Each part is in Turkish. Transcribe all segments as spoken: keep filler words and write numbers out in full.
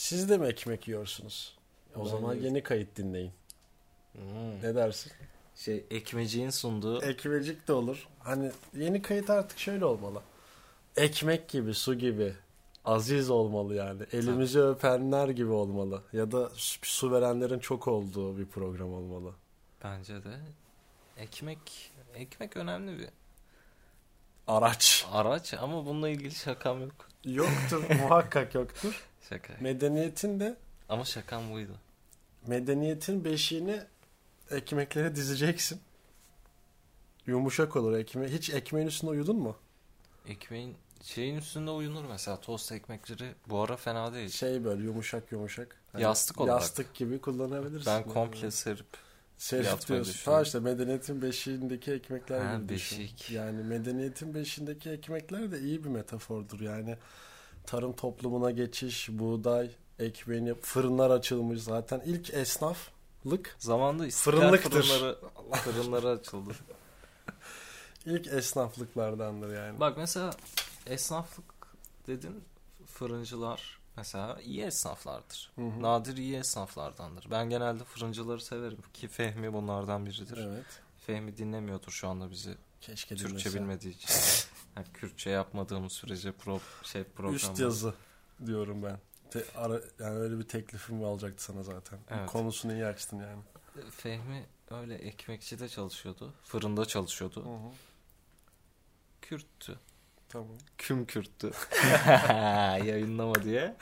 Siz de mi ekmek yiyorsunuz? O Ben zaman yiyorum. yeni kayıt dinleyin. Hmm. Ne dersin? Şey ekmeciğin sunduğu. Ekmecik de olur. Hani yeni kayıt artık şöyle olmalı. Ekmek gibi, su gibi. Aziz olmalı yani. Elimizi Tabii. öpenler gibi olmalı. Ya da su verenlerin çok olduğu bir program olmalı. Bence de. Ekmek ekmek önemli bir araç. Araç ama bununla ilgili şakam yok. Yoktur. Muhakkak yoktur. Şaka. Medeniyetin de ama şakam buydu. Medeniyetin beşiğini ekmeklere dizeceksin. Yumuşak olur ekmeği. Hiç ekmeğin üstünde uyudun mu? Ekmeğin şeyin üstünde uyunur mesela, tost ekmekleri bu ara fena değil. Şey böyle yumuşak yumuşak. Hani yastık olarak. Yastık gibi kullanabilirsin. Ben komple yani. serip Serip diyorsun. Ha işte medeniyetin beşiğindeki ekmekler ha, gibi beşik. düşün. Yani medeniyetin beşiğindeki ekmekler de iyi bir metafordur. Yani tarım toplumuna geçiş, buğday, ekmeğini, fırınlar açılmış zaten. İlk esnaflık zamanında fırınlıktır. Fırınları, fırınları açıldı. İlk esnaflıklardandır yani. Bak mesela esnaflık dedin, fırıncılar mesela iyi esnaflardır. Hı hı. Nadir iyi esnaflardandır. Ben genelde fırıncıları severim ki Fehmi bunlardan biridir. Evet. Fehmi dinlemiyordur şu anda bizi. Keşke Türkçe dinlese. bilmediği için. Yani Kürtçe yapmadığımız sürece pro, şey program. Üst yazı diyorum ben. Te, ara, yani öyle bir teklifim olacaktı sana zaten. Evet. Konusunu iyi açtın yani. Fehmi öyle ekmekçide çalışıyordu. Fırında çalışıyordu. Hı hı. Kürttü. Tamam. Küm Kürttü. Yayınlama diye.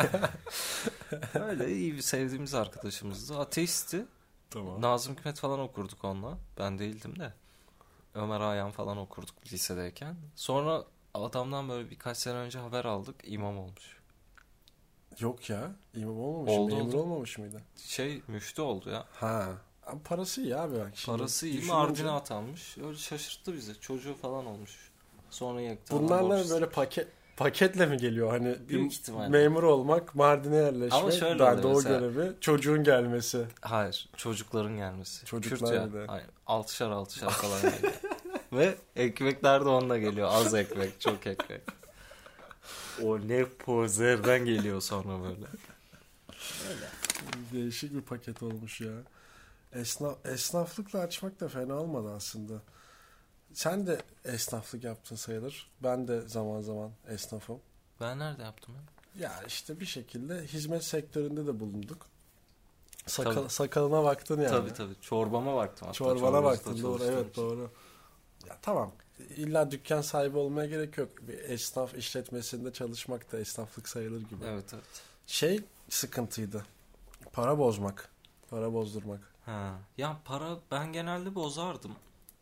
Öyle iyi bir sevdiğimiz arkadaşımızdı. Ateistti. Tamam. Nazım Hikmet falan okurduk onunla. Ben değildim de. Ömer Hayyam falan okurduk lisedeyken. Sonra adamdan böyle birkaç sene önce haber aldık. İmam olmuş. Yok ya. İmam olmamış. Oldu, Memur oldu. olmamış mıydı? Şey müftü oldu ya. Ha. Abi parası iyi abi. Bak şimdi parası iyi. düşününce... Mardin'e atanmış. Öyle şaşırttı bizi. Çocuğu falan olmuş. Sonra yaktı. Bunlarla böyle paket paketle mi geliyor? Hani büyük ihtimalle. Memur olmak, Mardin'e yerleşmek, ama şöyle ben de o mesela... görevi, çocuğun gelmesi. Hayır, çocukların gelmesi. Çocuklar de. Hayır, altışar altışar falan geliyor. Ve ekmekler de onunla geliyor. Az ekmek, çok ekmek. O ne pozerden geliyor sonra böyle. Öyle. Değişik bir paket olmuş ya. Esnaf, esnaflıkla açmak da fena olmadı aslında. Sen de esnaflık yaptın sayılır. Ben de zaman zaman esnafım. Ben nerede yaptım ya? Ya işte bir şekilde hizmet sektöründe de bulunduk. Sakal, sakalına baktın yani. Tabii tabii. Çorbama baktım. Hatta Çorbana baktın doğru. Evet doğru. Ya tamam. İlla dükkan sahibi olmaya gerek yok. Bir esnaf işletmesinde çalışmak da esnaflık sayılır gibi. Evet evet. Şey sıkıntıydı. Para bozmak. Para bozdurmak. Ha. Ya para ben genelde bozardım.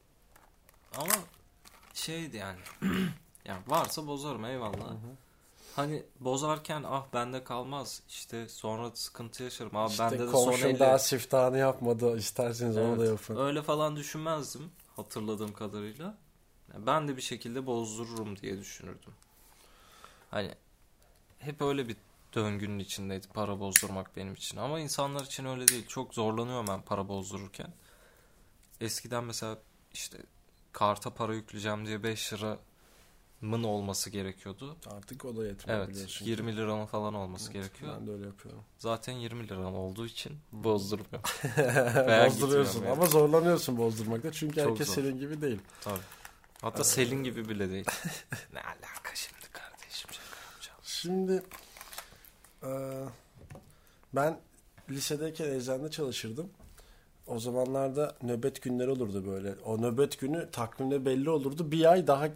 Ama şeydi yani. Yani varsa bozarım eyvallah. Hı hı. Hani bozarken ah bende kalmaz işte sonra sıkıntı yaşarım. Abi işte bende de komşum son elle... daha siftahını yapmadı isterseniz evet, onu da yapın. Öyle falan düşünmezdim hatırladığım kadarıyla. Yani ben de bir şekilde bozdururum diye düşünürdüm. Hani hep öyle bir döngünün içindeydi para bozdurmak benim için. Ama insanlar için öyle değil. Çok zorlanıyorum ben para bozdururken. Eskiden mesela işte karta para yükleyeceğim diye beş liramın olması gerekiyordu. Artık o da yetmiyor evet, biliyorsun. yirmi liranın falan olması evet, gerekiyor. Ben de öyle yapıyorum. Zaten yirmi liram olduğu için bozdurmuyorum. Bozduruyorsun ama yani. Zorlanıyorsun bozdurmakta. Çünkü çok herkes zor. Senin gibi değil. Tabii. Hatta ee... Selin gibi bile değil. Ne alaka şimdi kardeşim şaka yapacağım. Şimdi e, ben lisedeyken eczanede çalışırdım. O zamanlarda nöbet günleri olurdu böyle. O nöbet günü takvimde belli olurdu. Bir ay daha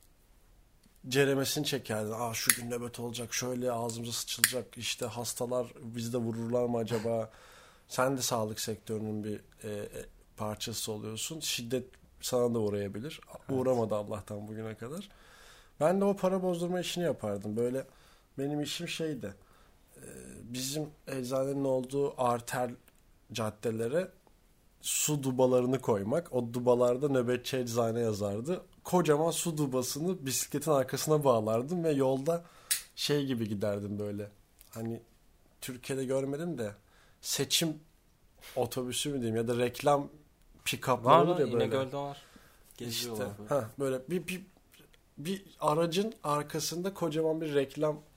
ceremesini çekerdin. Aa şu gün nöbet olacak. Şöyle ağzımıza sıçılacak. İşte hastalar bizi de vururlar mı acaba? Sen de sağlık sektörünün bir e, parçası oluyorsun. Şiddet sana da uğrayabilir. Evet. Uğramadı Allah'tan bugüne kadar. Ben de o para bozdurma işini yapardım. Böyle benim işim şeydi. E, bizim eczanenin olduğu arter caddelere su dubalarını koymak. O dubalarda nöbetçi eczane yazardı. Kocaman su dubasını bisikletin arkasına bağlardım ve yolda şey gibi giderdim böyle. Hani Türkiye'de görmedim de seçim otobüsü mü diyeyim ya da reklam pick-up'lar olur ya böyle. İnegöl'de var. Geziyorlar. İşte, ha böyle bir, bir bir aracın arkasında kocaman bir reklam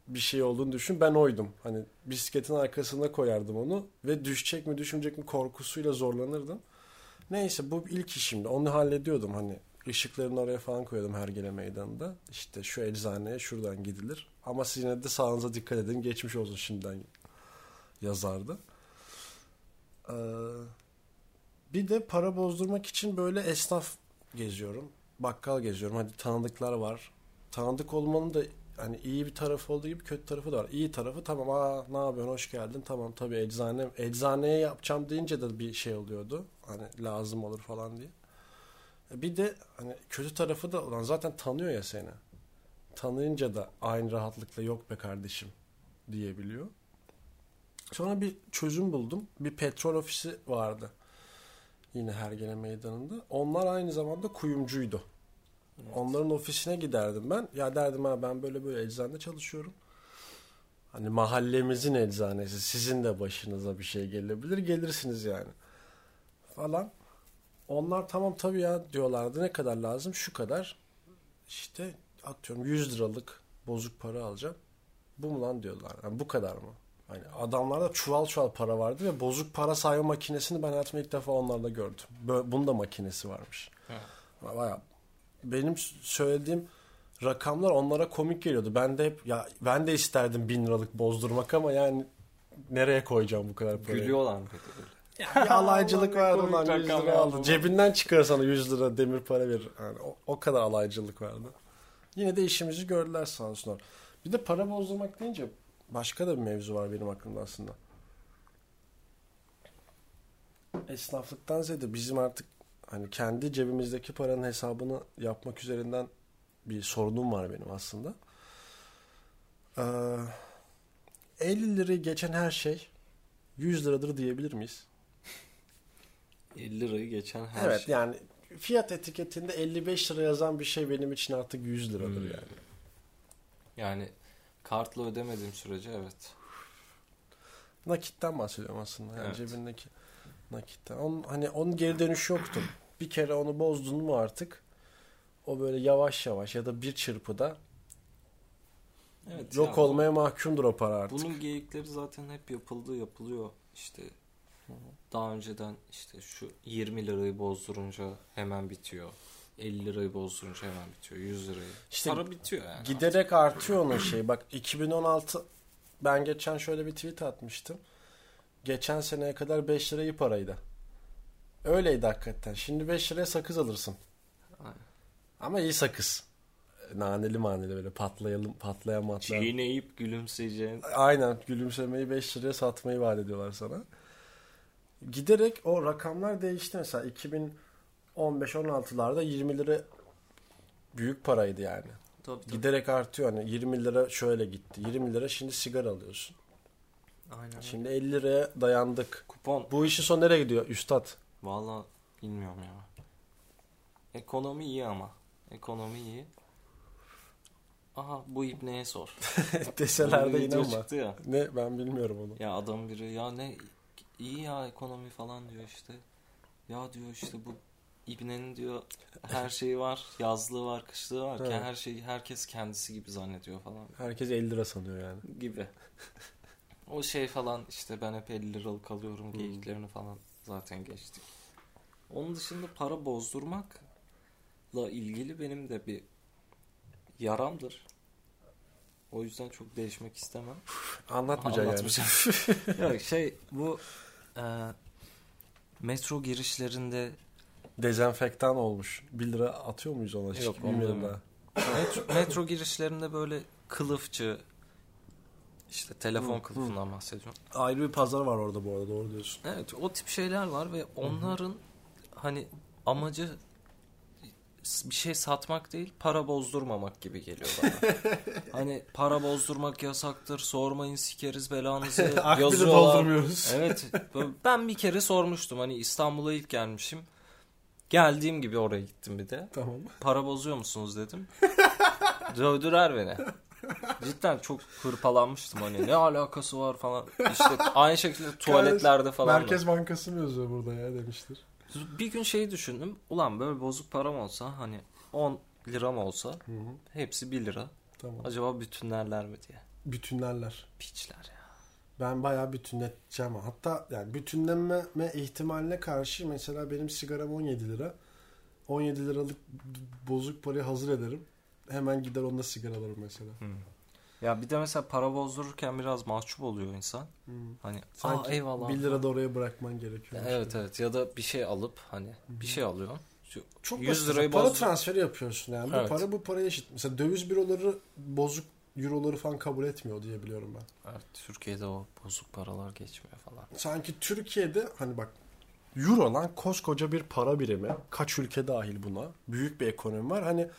bir şey olduğunu düşün. Ben oydum. Hani bisikletin arkasına koyardım onu ve düşecek mi düşmeyecek mi korkusuyla zorlanırdım. Neyse bu ilk işimdi. Onu hallediyordum hani. Işıklarını oraya falan koyuyordum Hergele Meydanı'nda. İşte şu eczaneye şuradan gidilir. Ama siz yine de sağınıza dikkat edin. Geçmiş olsun şimdiden yazardı. Ee, bir de para bozdurmak için böyle esnaf geziyorum. Bakkal geziyorum. Hadi tanıdıklar var. Tanıdık olmanın da hani iyi bir tarafı olduğu gibi kötü tarafı da var. İyi tarafı tamam, aa ne yapıyorsun, hoş geldin, tamam tabii eczane eczaneye yapacağım deyince de bir şey oluyordu. Hani lazım olur falan diye. Bir de hani kötü tarafı da olan zaten tanıyor ya seni. Tanıyınca da aynı rahatlıkla yok be kardeşim diyebiliyor. Sonra bir çözüm buldum. Bir petrol ofisi vardı. Yine Hergele Meydanı'nda. Onlar aynı zamanda kuyumcuydu. Evet. Onların ofisine giderdim ben. Ya derdim ha ben böyle böyle eczanede çalışıyorum. Hani mahallemizin eczanesi. Sizin de başınıza bir şey gelebilir. Gelirsiniz yani. Falan. Onlar tamam tabii ya diyorlardı. Ne kadar lazım? Şu kadar. İşte atıyorum yüz liralık bozuk para alacağım. Bu mu lan diyorlar. Yani bu kadar mı? Hani adamlarda çuval çuval para vardı ve bozuk para sayma makinesini ben hayatımda ilk defa onlarda gördüm. Böyle, bunun da makinesi varmış. Bayağı benim söylediğim rakamlar onlara komik geliyordu. Ben de hep ya ben de isterdim bin liralık bozdurmak ama yani nereye koyacağım bu kadar parayı? Gülüyorlar mı peki böyle? Ya bir alaycılık vardı lan, yüz lira aldı. Cebinden çıkar sana yüz lira demir para verir. Yani o, o kadar alaycılık vardı. Yine de işimizi gördüler sağ olsunlar. Bir de para bozdurmak deyince başka da bir mevzu var benim aklımda aslında. Esnaflıktan ziyade bizim artık hani kendi cebimizdeki paranın hesabını yapmak üzerinden bir sorunum var benim aslında. Ee, elli lirayı geçen her şey yüz liradır diyebilir miyiz? elli lirayı geçen her evet, şey. yani fiyat etiketinde elli beş lira yazan bir şey benim için artık yüz liradır hmm. yani. Yani kartla ödemediğim sürece evet. Nakitten bahsediyorum aslında. Yani evet. Cebindeki nakitten. Onun, hani onun geri dönüşü yoktu. Bir kere onu bozdun mu artık o böyle yavaş yavaş ya da bir çırpıda evet, yok ya, olmaya mahkumdur o para artık. Bunun geyikleri zaten hep yapıldı, yapılıyor. İşte daha önceden işte şu yirmi lirayı bozdurunca hemen bitiyor. elli lirayı bozdurunca hemen bitiyor. yüz lirayı. İşte para bitiyor yani. Giderek artık artıyor onun şeyi. Bak iki bin on altı ben geçen şöyle bir tweet atmıştım. Geçen seneye kadar beş lira iyi paraydı. Öyleydi hakikaten. Şimdi beş liraya sakız alırsın. Aynen. Ama iyi sakız. Naneli maneli böyle patlayalım, patlayan matlayan. Çiğneyip gülümseyeceğin. Aynen, gülümsemeyi beş liraya satmayı vaat ediyorlar sana. Giderek o rakamlar değişti. Mesela iki bin on beş on altılarda yirmi lira büyük paraydı yani. Tabii, tabii. Giderek artıyor. Hani yirmi lira şöyle gitti. yirmi lira şimdi sigara alıyorsun. Aynen. Şimdi elli liraya dayandık. Kupon. Bu işin son nereye gidiyor üstad? Vallahi bilmiyorum ya. Ekonomi iyi ama. Ekonomi iyi. Aha bu İbne'ye sor. Deseler de inanma. Ya. Ne ben bilmiyorum onu. Ya adam biri ya ne iyi ya ekonomi falan diyor işte. Ya diyor işte bu İbne'nin diyor her şeyi var. Yazlığı var, kışlığı var. Evet. Her şeyi herkes kendisi gibi zannediyor falan. Herkes elli lira sanıyor yani. Gibi. O şey falan işte ben hep elli liralık alıyorum geyiklerini falan zaten geçtik. Onun dışında para bozdurmakla ilgili benim de bir yaramdır. O yüzden çok değişmek istemem. Anlatmayacağım yani. Yok şey bu e, metro girişlerinde dezenfektan olmuş. bir lira atıyor muyuz ona? Yok bilmiyorum daha. Metro, metro girişlerinde böyle kılıfçı işte telefon hı, kılıfından hı. bahsediyorum. Ayrı bir pazar var orada bu arada, doğru diyorsun. Evet, o tip şeyler var ve onların hı hı. hani amacı bir şey satmak değil, para bozdurmamak gibi geliyor bana. Hani para bozdurmak yasaktır, sormayın sikeriz belanızı yazıyorlar. Doldurmuyoruz. Evet, ben bir kere sormuştum hani İstanbul'a ilk gelmişim. Geldiğim gibi oraya gittim bir de. Tamam. Para bozuyor musunuz dedim. Dövdüler beni. Cidden çok hırpalanmıştım hani ne alakası var falan. İşte aynı şekilde tuvaletlerde falan. Merkez Bankası mı yazıyor burada ya demiştir. Bir gün şeyi düşündüm. Ulan böyle bozuk param olsa hani on liram olsa hı hı. hepsi bir lira. Tamam. Acaba bütünlerler mi diye. bütünlerler. Piçler ya. Ben bayağı bütünleteceğim. Hatta yani bütünlenme ihtimaline karşı mesela benim sigaram on yedi lira. on yedi liralık bozuk parayı hazır ederim. Hemen gider onda sigara alırım mesela. Hmm. Ya bir de mesela para bozdururken biraz mahcup oluyor insan. Hmm. Hani sanki eyvallah. bir lira da oraya bırakman gerekiyor. Evet işte. Evet, ya da bir şey alıp hani hmm. bir şey alıyorsun. Çok yüz lirayı para bozdur- transferi yapıyorsun yani. Evet. Bu para bu paraya eşit. Mesela döviz büroları bozuk euroları falan kabul etmiyor diye biliyorum ben. Evet, Türkiye'de o bozuk paralar geçmiyor falan. Sanki Türkiye'de hani bak euro lan koskoca bir para birimi. Kaç ülke dahil buna. Büyük bir ekonomi var. Hani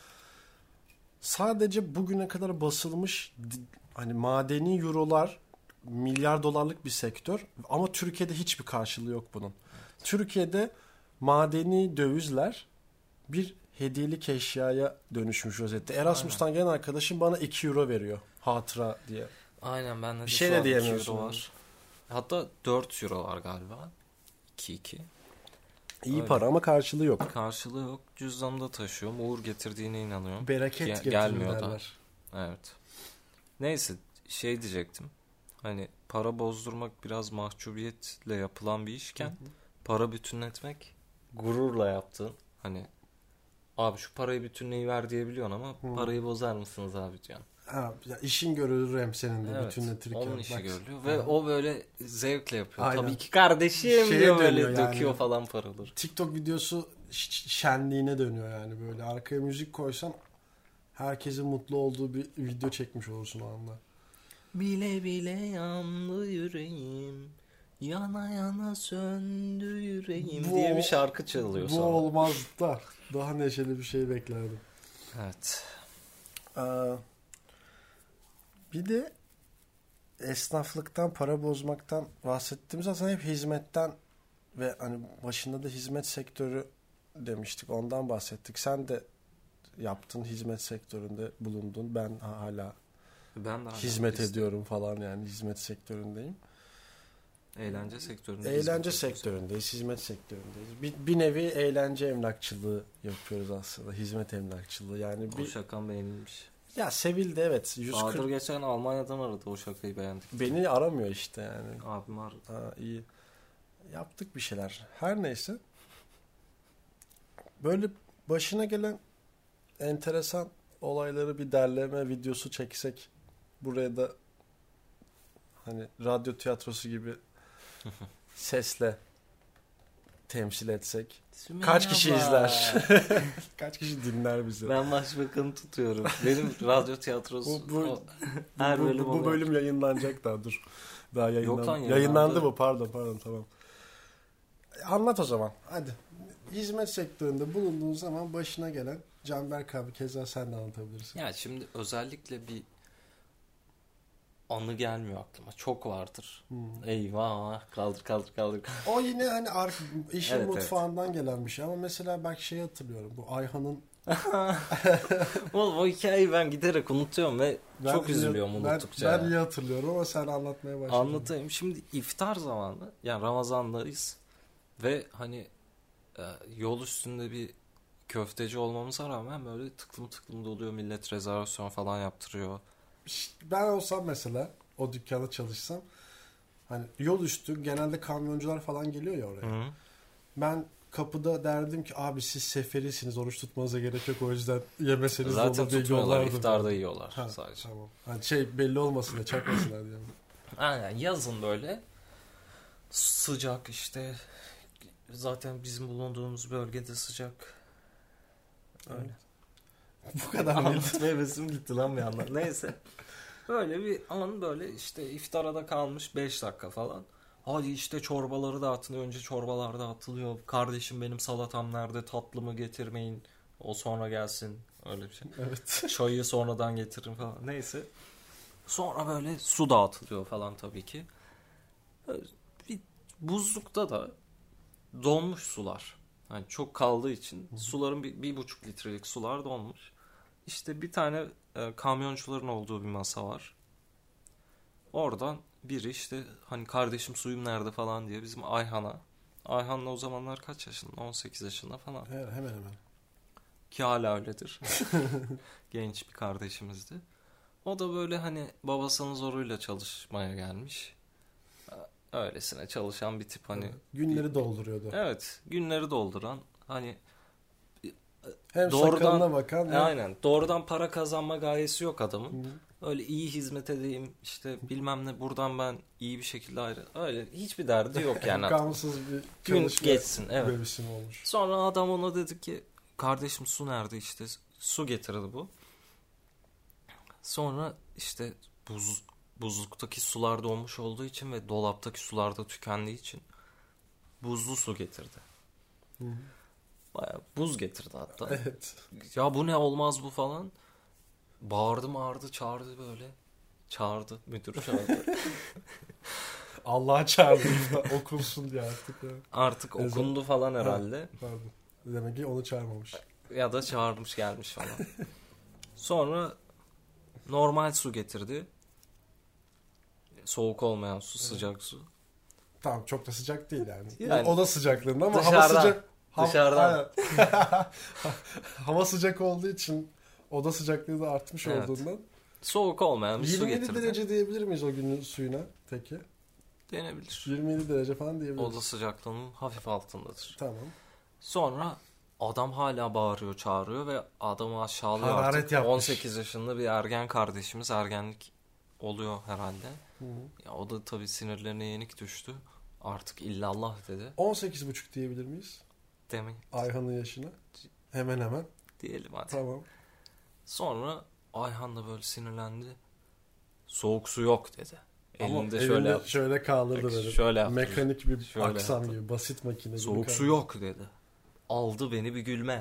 sadece bugüne kadar basılmış hani madeni eurolar milyar dolarlık bir sektör ama Türkiye'de hiçbir karşılığı yok bunun. Evet. Türkiye'de madeni dövizler bir hediyelik eşyaya dönüşmüş özette. Erasmus'tan Aynen. gelen arkadaşım bana iki euro veriyor hatıra diye. Aynen, ben de bir şey de diyemiyorsun. Var. Hatta dört euro var galiba. iki iki. İyi Öyle. Para ama karşılığı yok. Karşılığı yok. Cüzdanımda taşıyorum. Uğur getirdiğine inanıyorum. Bereket Ge- getirir gelmiyor derler. Da. Evet. Neyse şey diyecektim. Hani para bozdurmak biraz mahcubiyetle yapılan bir işken hı hı. para bütünletmek gururla yaptığın. Hani abi şu parayı bütünleyiver diyebiliyorsun ama hı. parayı bozar mısınız abi diyorsun. Ha, ya işin görülür hem senin de evet, bütünletirken. Onun işi Bak, görülüyor ve ha. o böyle zevkle yapıyor. Aynen. Tabii ki kardeşim Şeye diyor böyle yani. Döküyor falan paraları. TikTok videosu şenliğine dönüyor yani böyle. Arkaya müzik koysan herkesin mutlu olduğu bir video çekmiş olursun o anda. Bile bile yandı yüreğim, yana yana söndü yüreğim bu, diye bir şarkı çalıyor bu sonra. Bu olmaz da daha neşeli bir şey beklerdim. Evet. Ee, bir de esnaflıktan, para bozmaktan bahsettiğimiz aslında hep hizmetten ve hani başında da hizmet sektörü demiştik. Ondan bahsettik. Sen de yaptın, hizmet sektöründe bulundun. Ben hala ben de hizmet ediyorum falan yani hizmet sektöründeyim. Eğlence sektöründeyiz. Eğlence sektöründeyiz, hizmet sektöründeyiz. Bir, bir nevi eğlence emlakçılığı yapıyoruz aslında. Hizmet emlakçılığı. Yani bu bir... şakan beğenilmiş. Ya sevildi evet. yüz kırk... Bahadır geçen Almanya'dan aradı, o şakayı beğendik. Beni aramıyor işte yani. Abim aradı. Ha, iyi. Yaptık bir şeyler. Her neyse. Böyle başına gelen enteresan olayları bir derleme videosu çeksek. Buraya da hani radyo tiyatrosu gibi sesle temsil etsek. Sümeyye Kaç kişi abla. izler? Kaç kişi dinler bizi? Ben başbakanı tutuyorum. Benim radyo tiyatrosu. Bu, bu, her bu, bölüm bu, bu bölüm yayınlanacak daha dur. Daha yayınlan... Yok lan, yayınlandı. Yayınlandı mı? Pardon pardon tamam. Anlat o zaman. Hadi. Hizmet sektöründe bulunduğun zaman başına gelen Canberk abi keza sen de anlatabilirsin. Ya şimdi özellikle bir anı gelmiyor aklıma. Çok vardır. Hmm. Eyvah. Kaldır kaldır kaldır. O yine hani ar- işin evet, mutfağından evet. gelen bir şey. Ama mesela bak şeyi hatırlıyorum. Bu Ayhan'ın Oğlum o hikayeyi ben giderek unutuyorum ve ben çok üzülüyorum iyi, unuttukça. Ben, ben iyi hatırlıyorum ama sen anlatmaya başladın. Anlatayım. Şimdi iftar zamanı. Yani Ramazan'dayız. Ve hani e, yol üstünde bir köfteci olmamıza rağmen böyle tıklım tıklım doluyor. Millet rezervasyon falan yaptırıyor. Ben olsam mesela o dükkanda çalışsam hani yol üstü genelde kamyoncular falan geliyor ya oraya. Hı-hı. Ben kapıda derdim ki abi siz seferisiniz, oruç tutmanıza gerek yok, o yüzden yemeseniz de olur diye yollardım. Zaten tutmuyorlar, iftarda yiyorlar ha, sadece. Tamam. Hani şey belli olmasın diye, çakmasınlar diye. Aynen, yazın böyle sıcak işte, zaten bizim bulunduğumuz bölgede sıcak. Öyle. Bu kadar anlatma hevesim gitti lan bir yandan. Neyse. Böyle bir an, böyle işte iftara da kalmış beş dakika falan. Hadi işte çorbaları dağıtın. Önce çorbalar dağıtılıyor. Kardeşim benim salatam nerede? Tatlımı getirmeyin. O sonra gelsin. Öyle bir şey. Evet. Çayı sonradan getirin falan. Neyse. Sonra böyle su dağıtılıyor falan tabii ki. Bir buzlukta da donmuş sular. Yani çok kaldığı için suların bir, bir buçuk litrelik sular donmuş. İşte bir tane e, kamyoncuların olduğu bir masa var. Oradan biri işte hani kardeşim suyum nerede falan diye bizim Ayhan'a. Ayhan'la o zamanlar kaç yaşında? on sekiz yaşında falan. Evet, hemen hemen. Ki hala öyledir. Genç bir kardeşimizdi. O da böyle hani babasının zoruyla çalışmaya gelmiş. Öylesine çalışan bir tip hani. Günleri dolduruyordu. Evet, günleri dolduran hani hem doğrudan, sakalına bakan. E, aynen. Doğrudan para kazanma gayesi yok adamın. Hı. Öyle iyi hizmet edeyim işte bilmem ne buradan ben iyi bir şekilde ayrı. Öyle hiçbir derdi yok yani. Gamsız bir gün çalışma geçsin. Evet. bebişim olmuş. Sonra adam ona dedi ki kardeşim su nerede işte su getirdi bu. Sonra işte buz buzluktaki sular donmuş olduğu için ve dolaptaki sular da tükendiği için buzlu su getirdi. Hı hı. Bayağı buz getirdi hatta. Evet. Ya bu ne olmaz bu falan. Bağırdı mağırdı çağırdı böyle. Çağırdı. Müdür çağırdı. Allah'a çağırdı okunsun diye artık. Ya. Artık Ezan. okundu falan herhalde. Ha, pardon. Demek ki onu çağırmamış. Ya da çağırmış gelmiş falan. Sonra normal su getirdi. Soğuk olmayan su, sıcak su. Tamam çok da sıcak değil yani. Yani oda sıcaklığında ama dışarıdan, hava sıcak. Dışarıdan. Hava sıcak olduğu için oda sıcaklığı da artmış Evet. olduğundan. Soğuk olmayan bir su yirmi yedi getirdi. derece diyebilir miyiz o günün suyuna peki? Denebilir. yirmi yedi derece falan diyebiliriz. Oda sıcaklığının hafif altındadır. Tamam. Sonra adam hala bağırıyor çağırıyor ve adamı aşağılıyor Hararet artık. yapmış. on sekiz yaşında bir ergen kardeşimiz, ergenlik oluyor herhalde. Hı hı. Ya o da tabii sinirlerine yenik düştü. Artık illallah dedi. on sekiz buçuk diyebilir miyiz? Demek Ayhan'ın yaşına. Hemen hemen. diyelim hadi. Tamam. Sonra Ayhan da böyle sinirlendi. Soğuk su yok dedi. Ama Elinde elinde şöyle yaptı. şöyle kaldırdı Bak, böyle. şöyle yaptı. Mekanik bir Şöyle aksam yaptı. gibi. Basit makine gibi. Soğuk su kaldırdı. yok dedi. Aldı beni bir gülme.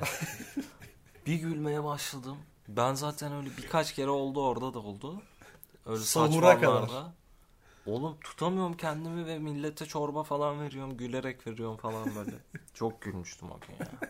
Bir gülmeye başladım. Ben zaten öyle birkaç kere oldu orada da oldu. Öyle Sahura saçma kadar. anlarda. Oğlum tutamıyorum kendimi ve millete çorba falan veriyorum. Gülerek veriyorum falan böyle. Çok gülmüştüm o gün ya.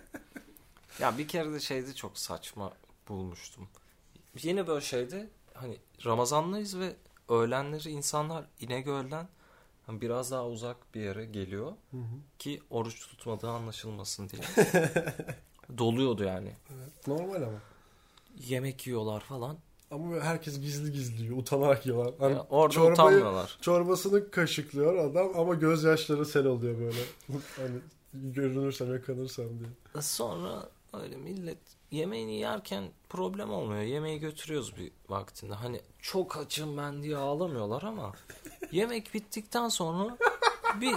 Ya bir kere de şeydi çok saçma bulmuştum. Yine böyle şeydi. Hani Ramazanlıyız ve öğlenleri insanlar İnegöl'den hani biraz daha uzak bir yere geliyor. Hı hı. Ki oruç tutmadığı anlaşılmasın diye. Doluyordu yani. Evet, normal ama. Yemek yiyorlar falan. Ama böyle herkes gizli gizli yiyor. Utanarak yiyorlar. Hani Ya orada çorbayı- utanmıyorlar. Çorbasını kaşıklıyor adam ama gözyaşları sel oluyor böyle. Hani görünürsem yakalanırsam diye. Sonra öyle millet yemeğini yerken problem olmuyor. Yemeği götürüyoruz bir vaktinde. Hani çok açım ben diye ağlamıyorlar ama yemek bittikten sonra bir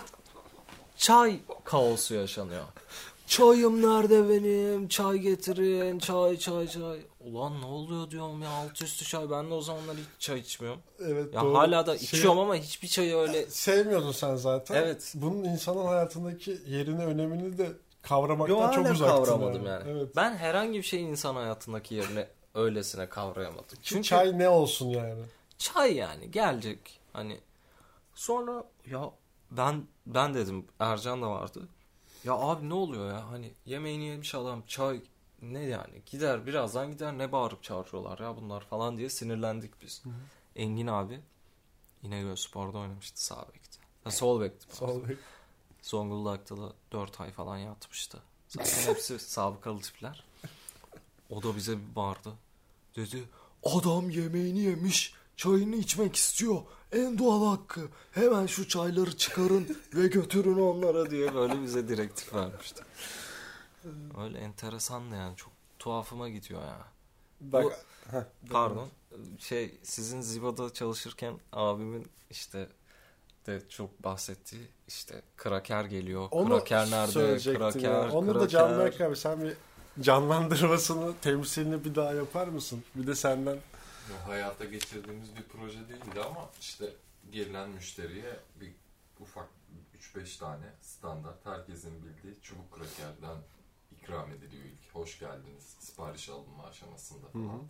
çay kaosu yaşanıyor. Çayım nerede benim? Çay getirin. Çay çay çay. Ulan ne oluyor diyorum ya alt üstü çay. Ben de o zamanlar hiç çay içmiyorum. Evet, Ya doğru. hala da Şey- içiyorum ama hiçbir çayı öyle. Sevmiyordun sen zaten. Evet. Bunun insanın hayatındaki yerini, önemini de kavramaktan Yo, çok hala uzaktın. kavramadım yani. Evet. Ben herhangi bir şeyin insan hayatındaki yerini öylesine kavrayamadım. Çünkü Çay ne olsun yani? çay yani gelecek. Hani sonra ya ben ben dedim Ercan da vardı. Ya abi ne oluyor ya? Hani yemeğini yemiş adam çay ne yani? Gider birazdan gider ne bağırıp çağırıyorlar ya bunlar falan diye sinirlendik biz. Hı hı. Engin abi İnegölspor'da oynamıştı sağ bekti. Ha, sol bekti. pardon. Sol bek. Zonguldak'ta da dört ay falan yatmıştı. Zaten hepsi sabıkalı tipler. O da bize bir bağırdı. Dedi adam yemeğini yemiş çayını içmek istiyor. En doğal hakkı. Hemen şu çayları çıkarın ve götürün onlara diye böyle bize direktif vermişti. Öyle enteresandı yani. Çok tuhafıma gidiyor ya. Bak, Bu- heh, Pardon. Şey sizin Ziba'da çalışırken abimin işte de çok bahsettiği işte kraker geliyor. Onu kraker nerede? söyleyecektim Kraker, ya. Onu kraker. da Canberk abi sen bir canlandırmasını, temsilini bir daha yapar mısın? Bir de senden. Ya hayata geçirdiğimiz bir proje değildi ama işte gelen müşteriye bir ufak üç beş tane standart herkesin bildiği çubuk krakerden ikram ediliyor ilk. Hoş geldiniz sipariş alınma aşamasında falan. Hı hı.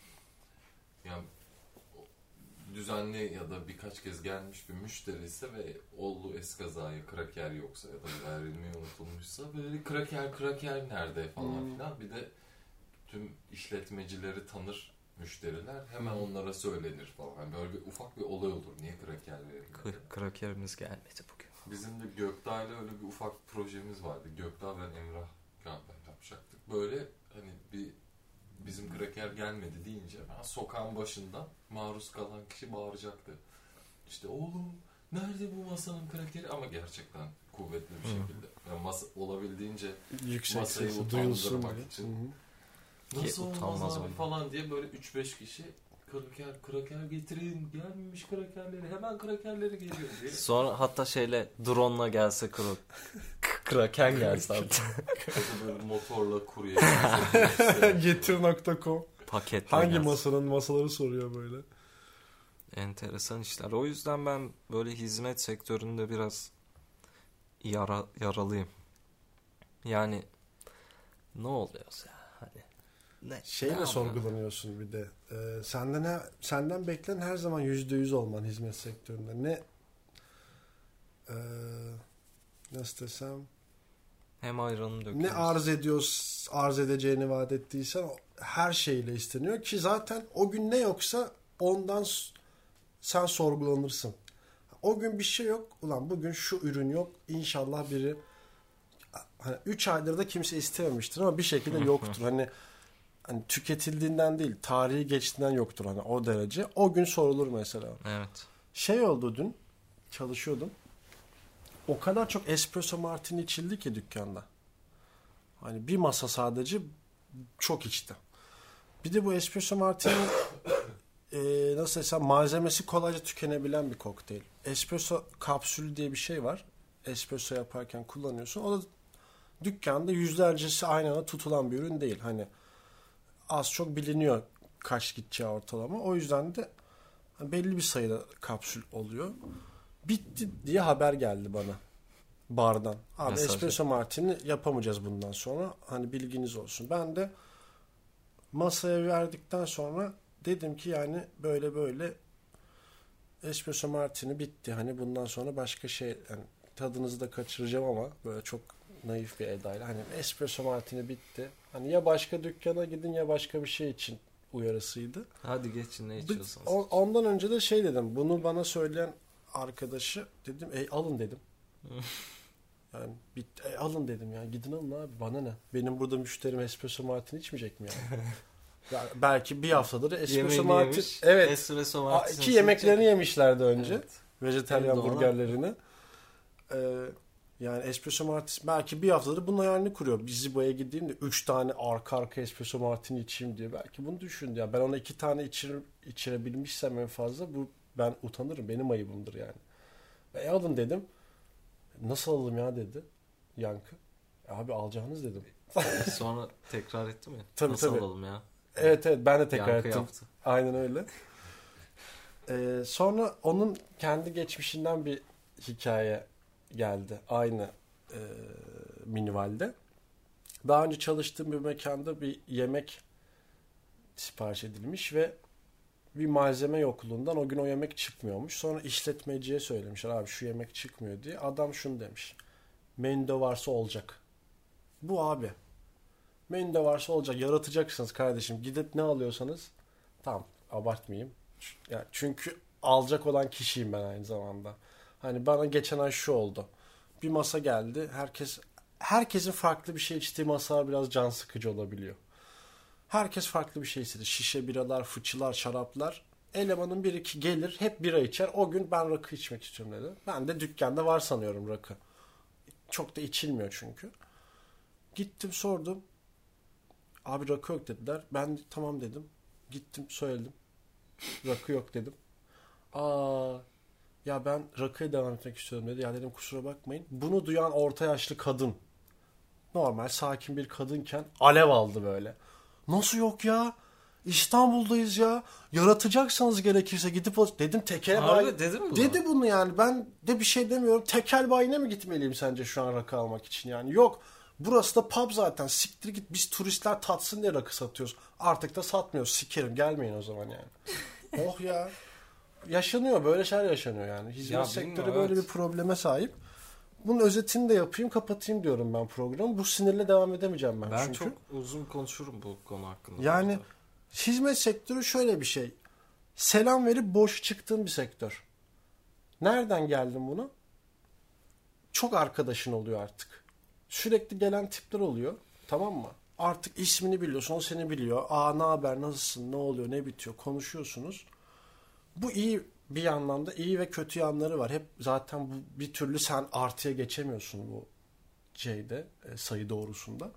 Yani düzenli ya da birkaç kez gelmiş bir müşteri ise ve oldu eskazaya kraker yoksa ya da verilmeyi unutulmuşsa böyle kraker kraker nerede falan Hmm. filan. Bir de tüm işletmecileri tanır müşteriler. Hemen onlara söylenir falan. Yani böyle bir ufak bir olay olur. Niye kraker verilmedi? K- krakerimiz gelmedi bugün. Bizim de Gökdağ'la öyle bir ufak projemiz vardı. Gökdağ ve Emrah galiba yapacaktık. Böyle hani bir bizim kraker gelmedi deyince ben sokağın başından maruz kalan kişi bağıracaktı. İşte oğlum nerede bu masanın krakeri? Ama gerçekten kuvvetli bir şekilde. Yani masa olabildiğince yüksek masayı sesi duyulsun utandırmak diye. için. Hı-hı. Nasıl olmaz Utanmaz abi öyle. falan diye böyle üç beş kişi kraker, kraker getirin, gelmemiş krakerleri, hemen krakerleri geliyor diye. Sonra hatta şeyle drone'la gelse kro kraken gelse abi. O da böyle motorla kurye. getir nokta com Paketle Hangi gelse. masanın masaları soruyor böyle. Enteresan işler. O yüzden ben böyle hizmet sektöründe biraz yara, yaralıyım. Yani ne oluyorsa ya hani ne, Şeyle ne sorgulanıyorsun bir de. Ee, senden he- senden beklenen her zaman yüzde yüz olman hizmet sektöründe. Ne ee, nasıl desem hem ayranı döküyorsun. ne arz ediyoruz, arz edeceğini vaat ettiysen o- her şeyle isteniyor ki zaten o gün ne yoksa ondan s- sen sorgulanırsın. O gün bir şey yok. Ulan bugün şu ürün yok. İnşallah biri hani üç aydır da kimse istememiştir ama bir şekilde yoktur. Hani hani tüketildiğinden değil, tarihi geçtiğinden yoktur hani o derece. O gün sorulur mesela. Evet. Şey oldu dün çalışıyordum. O kadar çok espresso martini içildi ki dükkanda. Hani bir masa sadece çok içti. Bir de bu espresso martini e, nasıl desem malzemesi kolayca tükenebilen bir kokteyl. Espresso kapsülü diye bir şey var. Espresso yaparken kullanıyorsun. O da dükkanda yüzlercesi aynı anda tutulan bir ürün değil. Hani az çok biliniyor kaç gideceği ortalama. O yüzden de belli bir sayıda kapsül oluyor. Bitti diye haber geldi bana bardan. Abi Mesaj. espresso martini yapamayacağız bundan sonra. Hani bilginiz olsun. Ben de masaya verdikten sonra dedim ki yani böyle böyle espresso martini bitti. Hani bundan sonra başka şey yani tadınızı da kaçıracağım ama böyle çok naif bir edayla hani espresso martini bitti. Hani ya başka dükkana gidin ya başka bir şey için uyarısıydı. Hadi geçin ne içiyorsanız. O- Ondan önce de şey dedim. Bunu bana söyleyen arkadaşı dedim ey alın dedim. Yani bit, ey, alın dedim ya. Gidin alın abi bana ne? Benim burada müşterim espresso martini içmeyecek mi yani? Ya belki bir haftadır espresso Yemeğini martini. yemiş, Evet. espresso A- martini iki yemeklerini içecek. yemişlerdi önce. Evet. Vejetaryen En doğal. burgerlerini. Ee, yani espresso martini belki bir haftadır bunun hayalini kuruyor. Bizi buraya gideyim de üç tane arka arka espresso martini içeyim diye. Belki bunu düşündü ya. Ben ona iki tane içir, içirebilmişsem en fazla bu ben utanırım. Benim ayıbımdır yani. E alın dedim. Nasıl alalım ya dedi Yankı. Abi alacağınız dedim. Sonra tekrar etti mi? Tabii, Nasıl tabii. alalım ya? Evet evet ben de tekrar Yankı ettim. yaptı. Aynen öyle. Ee, sonra onun kendi geçmişinden bir hikaye geldi. Aynı e, minvalde. Daha önce çalıştığım bir mekanda bir yemek sipariş edilmiş ve bir malzeme yokluğundan o gün o yemek çıkmıyormuş. Sonra işletmeciye söylemişler abi şu yemek çıkmıyor diye. Adam şunu demiş. Menüde varsa olacak. Bu abi. Menüde varsa olacak. Yaratacaksınız kardeşim. Gidip ne alıyorsanız tamam abartmayayım. Yani çünkü alacak olan kişiyim ben aynı zamanda. Hani bana geçen ay şu oldu. Bir masa geldi. Herkes herkesin farklı bir şey içtiği masalar biraz can sıkıcı olabiliyor. Herkes farklı bir şey istedi. Şişe biralar, fıçılar, şaraplar. Elemanın biri ki gelir hep bira içer. O gün ben rakı içmek istiyorum dedi. Ben de dükkanda var sanıyorum rakı. Çok da içilmiyor çünkü. Gittim sordum. Abi rakı yok dediler. Ben de, tamam dedim. Gittim söyledim. Rakı yok dedim. Aa ya ben rakıya devam etmek istiyorum dedi. Ya dedim kusura bakmayın. Bunu duyan orta yaşlı kadın. Normal sakin bir kadınken alev aldı böyle. Nasıl yok ya? İstanbul'dayız ya. Yaratacaksanız gerekirse gidip al- dedim tekel Harbi bay. dedin mi bunu? Dedi bunu yani. Ben de bir şey demiyorum. Tekel bayine mi gitmeliyim sence şu an rakı almak için yani? Yok. Burası da pub zaten. Siktir git. Biz turistler tatsın diye rakı satıyoruz. Artık da satmıyoruz. Sikerim. Gelmeyin o zaman yani. Oh ya. Yaşanıyor. Böyle şeyler yaşanıyor yani. Hizmet Ya sektörü bilmiyorum, böyle evet. bir probleme sahip. Bunun özetini de yapayım, kapatayım diyorum ben programı. Bu sinirle devam edemeyeceğim ben, Ben çünkü. çok uzun konuşurum bu konu hakkında. Yani burada. hizmet sektörü şöyle bir şey. Selam verip boş çıktığın bir sektör. Nereden geldin bunu? Çok arkadaşın oluyor artık. Sürekli gelen tipler oluyor. Tamam mı? Artık ismini biliyorsun, o seni biliyor. Aa, ne haber, nasılsın, ne oluyor, ne bitiyor, konuşuyorsunuz. Bu iyi bir yandan da, iyi ve kötü yanları var. Hep zaten bu, bir türlü sen artıya geçemiyorsun bu şeyde, e, sayı doğrusunda.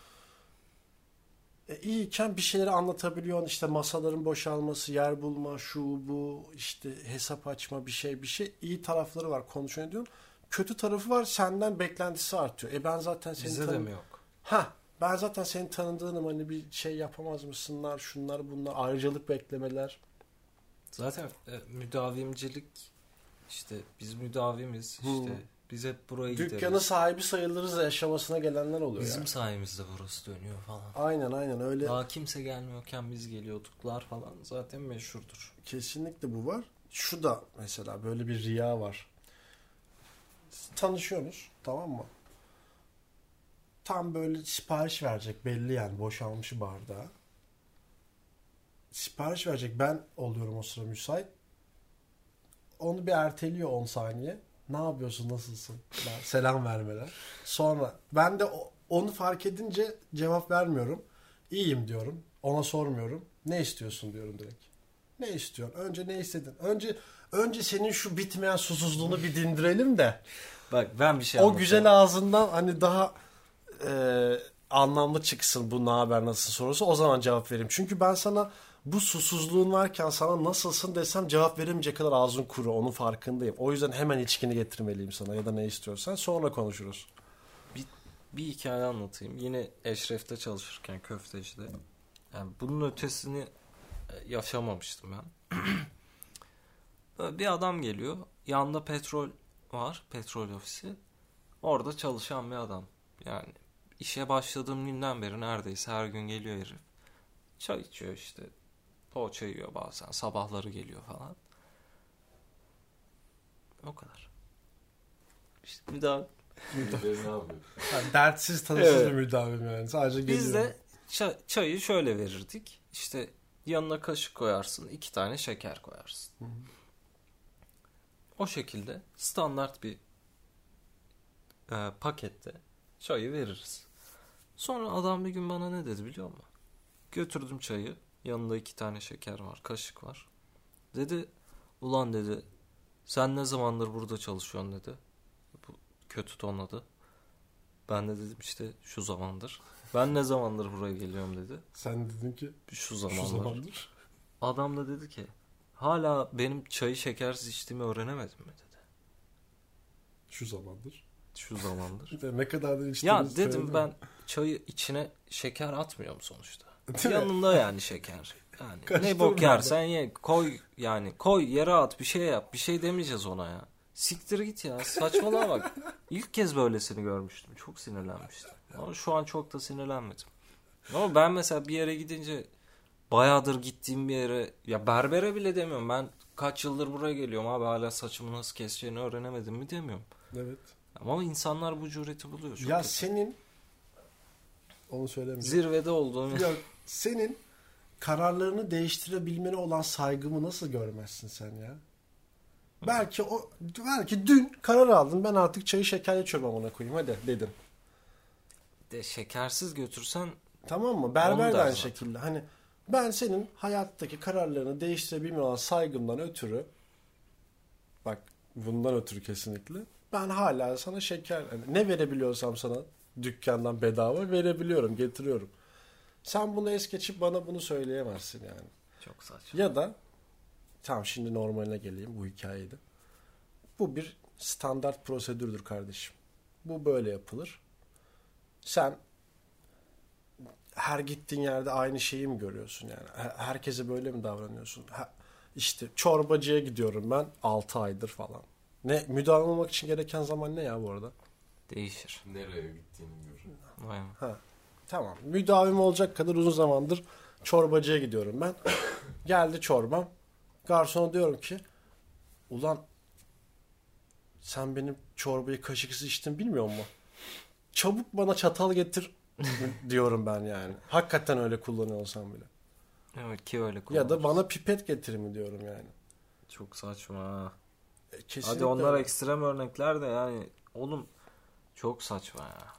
E, iyiyken bir şeyleri anlatabiliyorsun. İşte masaların boşalması, yer bulma, şu bu, işte hesap açma, bir şey bir şey. İyi tarafları var, konuşuyor diyorsun. Kötü tarafı var, senden beklentisi artıyor. E ben zaten seni Bizde de tanı- mi yok? Ha, ben zaten seni tanıdığım, hani bir şey yapamaz mısınlar, şunlar bunlar, ayrıcalık beklemeler. Zaten e, müdavimcilik, işte biz müdavimiz, Hı. işte biz hep burayı Dükkanı gideriz. sahibi sayılırız da yaşamasına gelenler oluyor Bizim yani. sayemizde burası dönüyor falan. Aynen aynen öyle. Daha kimse gelmiyorken biz geliyorduklar falan zaten meşhurdur. Kesinlikle bu var. Şu da mesela böyle bir riya var. Tanışıyorsunuz, tamam mı? Tam böyle sipariş verecek, belli yani, boşalmış bardağı. Sipariş verecek, ben oluyorum o sıra müsait. Onu bir erteliyor on saniye. Ne yapıyorsun, nasılsın? Ben selam vermeler. Sonra ben de o- onu fark edince cevap vermiyorum. İyiyim diyorum. Ona sormuyorum. Ne istiyorsun diyorum direkt. Ne istiyorsun? Önce ne istedin? Önce önce senin şu bitmeyen susuzluğunu bir dindirelim de Bak ben bir şey o anlatayım. güzel ağzından hani daha e, anlamlı çıksın bu ne haber, nasılsın sorusu, o zaman cevap vereyim. Çünkü ben sana bu susuzluğun varken sana nasılsın desem cevap veremeyecek kadar ağzın kuru, onun farkındayım. O yüzden hemen içkini getirmeliyim sana ya da ne istiyorsan, sonra konuşuruz. Bir, bir hikaye anlatayım. Yine Eşref'te çalışırken, köftecide. Yani bunun ötesini e, yaşamamıştım ben. Böyle bir adam geliyor. Yanında petrol var. Petrol ofisi. Orada çalışan bir adam. Yani işe başladığım günden beri neredeyse her gün geliyor herif. Çay içiyor işte. Poğaça yiyor bazen. Sabahları geliyor falan. O kadar. İşte bir daha Birileri ne yapıyor? Yani dertsiz tanısız Evet. bir müdavim yani. Sadece geliyor. biz de ça- çayı şöyle verirdik. İşte yanına kaşık koyarsın. iki tane şeker koyarsın. Hı hı. O şekilde standart bir e, pakette çayı veririz. Sonra adam bir gün bana ne dedi biliyor musun? Götürdüm çayı. Yanında iki tane şeker var, kaşık var. Dedi, ulan dedi, sen ne zamandır burada çalışıyorsun dedi. Bu kötü tonladı. Ben de dedim işte şu zamandır. Ben ne zamandır buraya geliyorum dedi. Sen dedin ki Şu zamandır. şu zamandır. Adam da dedi ki hala benim çayı şekersiz içtiğimi öğrenemedin mi dedi. Şu zamandır. Şu zamandır. İşte ne kadar da Ya içtiğinizi dedim söyledim. ben çayı içine şeker atmıyorum sonuçta. Değil mi? Yanında yani şeker. Yani Kaç ne bok durumlarda? yersen ye, koy yani koy yere at, bir şey yap, bir şey demeyeceğiz ona ya. Siktir git ya, saçmalığa bak. İlk kez böylesini görmüştüm, çok sinirlenmiştim. Ama şu an çok da sinirlenmedim. Ama ben mesela bir yere gidince, bayağıdır gittiğim bir yere, ya berbere bile demiyorum, ben kaç yıldır buraya geliyorum abi, hala saçımı nasıl keseceğini öğrenemedim mi demiyorum. Evet. Ama insanlar bu cüreti buluyor. Çok Ya kötü. senin onu söylemeyeceğim. Zirvede olduğum Ya senin kararlarını değiştirebilmene olan saygımı nasıl görmezsin sen ya? Belki o belki dün karar aldın, ben artık çayı şekerli içiyorum amına koyayım hadi dedin. de şekersiz götürsen Tamam mı? Onu Berber der de aynı zaten. şekilde. Hani ben senin hayattaki kararlarını değiştirebilmene olan saygımdan ötürü, bak bundan ötürü kesinlikle, ben hala sana şeker, hani ne verebiliyorsam sana dükkandan bedava verebiliyorum, getiriyorum. Sen bunu es geçip bana bunu söyleyemezsin yani. çok saçma. Ya da tamam, şimdi normaline geleyim bu hikayede. Bu bir standart prosedürdür kardeşim. Bu böyle yapılır. Sen her gittiğin yerde aynı şeyi mi görüyorsun yani? Her- Herkese böyle mi davranıyorsun? Ha, işte çorbacıya gidiyorum ben altı aydır falan. Ne müdavim olmak için gereken zaman ne ya bu arada? Değişir. Nereye gittiğini görüyor. Aynen. Ha. Tamam. Müdavim olacak kadar uzun zamandır çorbacıya gidiyorum ben. Geldi çorbam. Garsona diyorum ki ulan sen benim çorbayı kaşıksız içtin bilmiyor musun? Çabuk bana çatal getir diyorum ben yani. Hakikaten öyle kullanıyor olsam bile. Evet ki öyle Ya kullanırız. da bana pipet getir mi diyorum yani. Çok saçma ha. E, kesinlikle Hadi onlar öyle. ekstrem örnekler de yani oğlum çok saçma ya.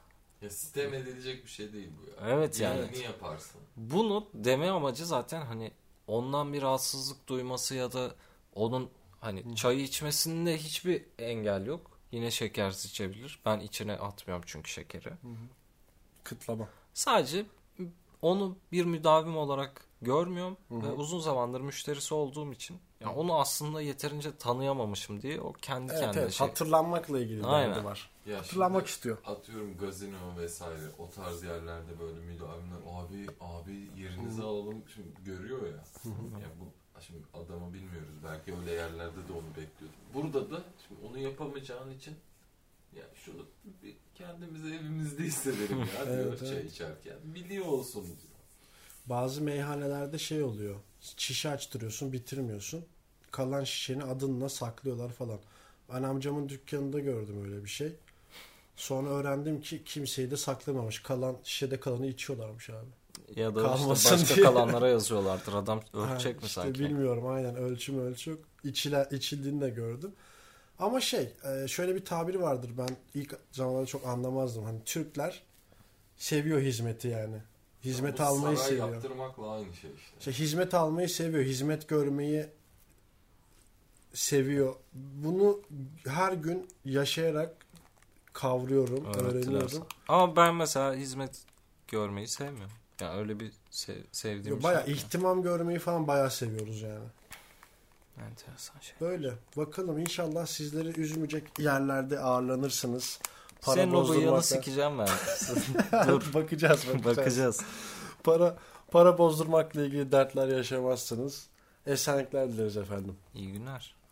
Ya sitem edilecek bir şey değil bu ya. Evet yani. Niye yaparsın? Bunu deme amacı zaten hani ondan bir rahatsızlık duyması ya da onun hani Hı. çayı içmesinde hiçbir engel yok. Yine şekersiz içebilir. Ben içine atmıyorum çünkü şekeri. Hı hı. Kıtlama. Sadece onu bir müdavim olarak görmüyorum Hı hı. ve uzun zamandır müşterisi olduğum için yani onu aslında yeterince tanıyamamışım diye o kendi evet, kendine evet. şey. Hatırlanmakla ilgili bir derdi var. Ya hatırlanmak istiyor. Atıyorum gazino vesaire o tarz yerlerde böyle müdavimler abi abi yerinizi Hı. alalım şimdi görüyor ya. Hı hı. Ya bu şimdi adamı bilmiyoruz belki öyle yerlerde de onu bekliyordum. Burada da şimdi onu yapamayacağın için ya şunu bir kendimizi evimizde hissedelim ya diyor evet, çay evet. içerken. Biliyor olsun diyor. Bazı meyhanelerde şey oluyor. Şişe açtırıyorsun, bitirmiyorsun. Kalan şişeni adınla saklıyorlar falan. Ben amcamın dükkanında gördüm öyle bir şey. Sonra öğrendim ki kimseyi de saklamamış. Kalan şişede kalanı içiyorlarmış abi. Ya da işte başka diye. Kalanlara yazıyorlardır. Adam ölçecek mi işte sanki? Bilmiyorum aynen ölçüm ölçü. İçile, içildiğini de gördüm. Ama şey şöyle bir tabiri vardır. Ben ilk zamanlarda çok anlamazdım. Hani Türkler seviyor hizmeti yani. Hizmet ya almayı saray seviyor. Yaptırmakla aynı şey işte. işte. Hizmet almayı seviyor. Hizmet görmeyi seviyor. Bunu her gün yaşayarak kavruyorum, evet, öğreniyorum. Ama ben mesela hizmet görmeyi sevmiyorum. Yani öyle bir sev, sevdiğim bayağı şey. ihtimam görmeyi falan bayağı seviyoruz yani. Enteresan şey. Böyle. Bakalım inşallah sizleri üzmeyecek yerlerde ağırlanırsınız. Para Senin o bıyığını sikeceğim ben. Dur. bakacağız, bakacağız. Bakacağız. Para para bozdurmakla ilgili dertler yaşamazsınız. Esenlikler dileriz efendim. İyi günler.